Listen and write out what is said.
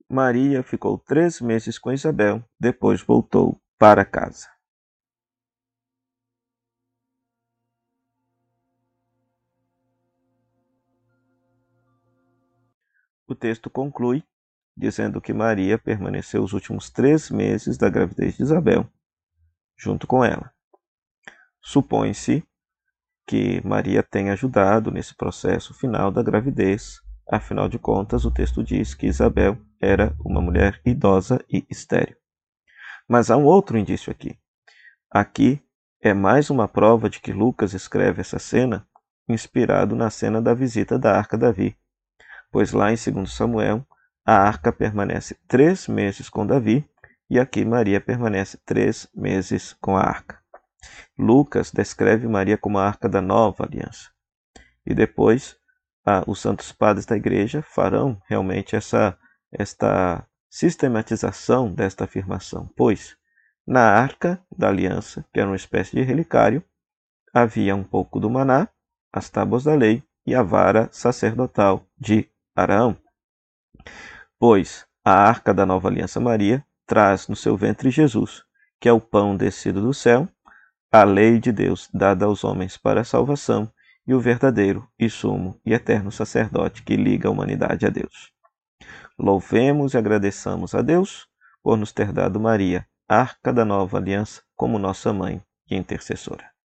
Maria ficou 3 meses com Isabel, depois voltou para casa. O texto conclui dizendo que Maria permaneceu os últimos 3 meses da gravidez de Isabel junto com ela. Supõe-se que Maria tenha ajudado nesse processo final da gravidez. Afinal de contas, o texto diz que Isabel era uma mulher idosa e estéril. Mas há um outro indício aqui. Aqui é mais uma prova de que Lucas escreve essa cena inspirado na cena da visita da Arca Davi, pois lá em 2 Samuel, a arca permanece 3 meses com Davi e aqui Maria permanece 3 meses com a arca. Lucas descreve Maria como a arca da nova aliança. E depois, os santos padres da igreja farão realmente esta sistematização desta afirmação, pois na arca da aliança, que era uma espécie de relicário, havia um pouco do maná, as tábuas da lei e a vara sacerdotal de Arão. Pois a arca da nova aliança Maria traz no seu ventre Jesus, que é o pão descido do céu, a lei de Deus dada aos homens para a salvação e o verdadeiro e sumo e eterno sacerdote que liga a humanidade a Deus. Louvemos e agradeçamos a Deus por nos ter dado Maria, arca da nova aliança, como nossa mãe e intercessora.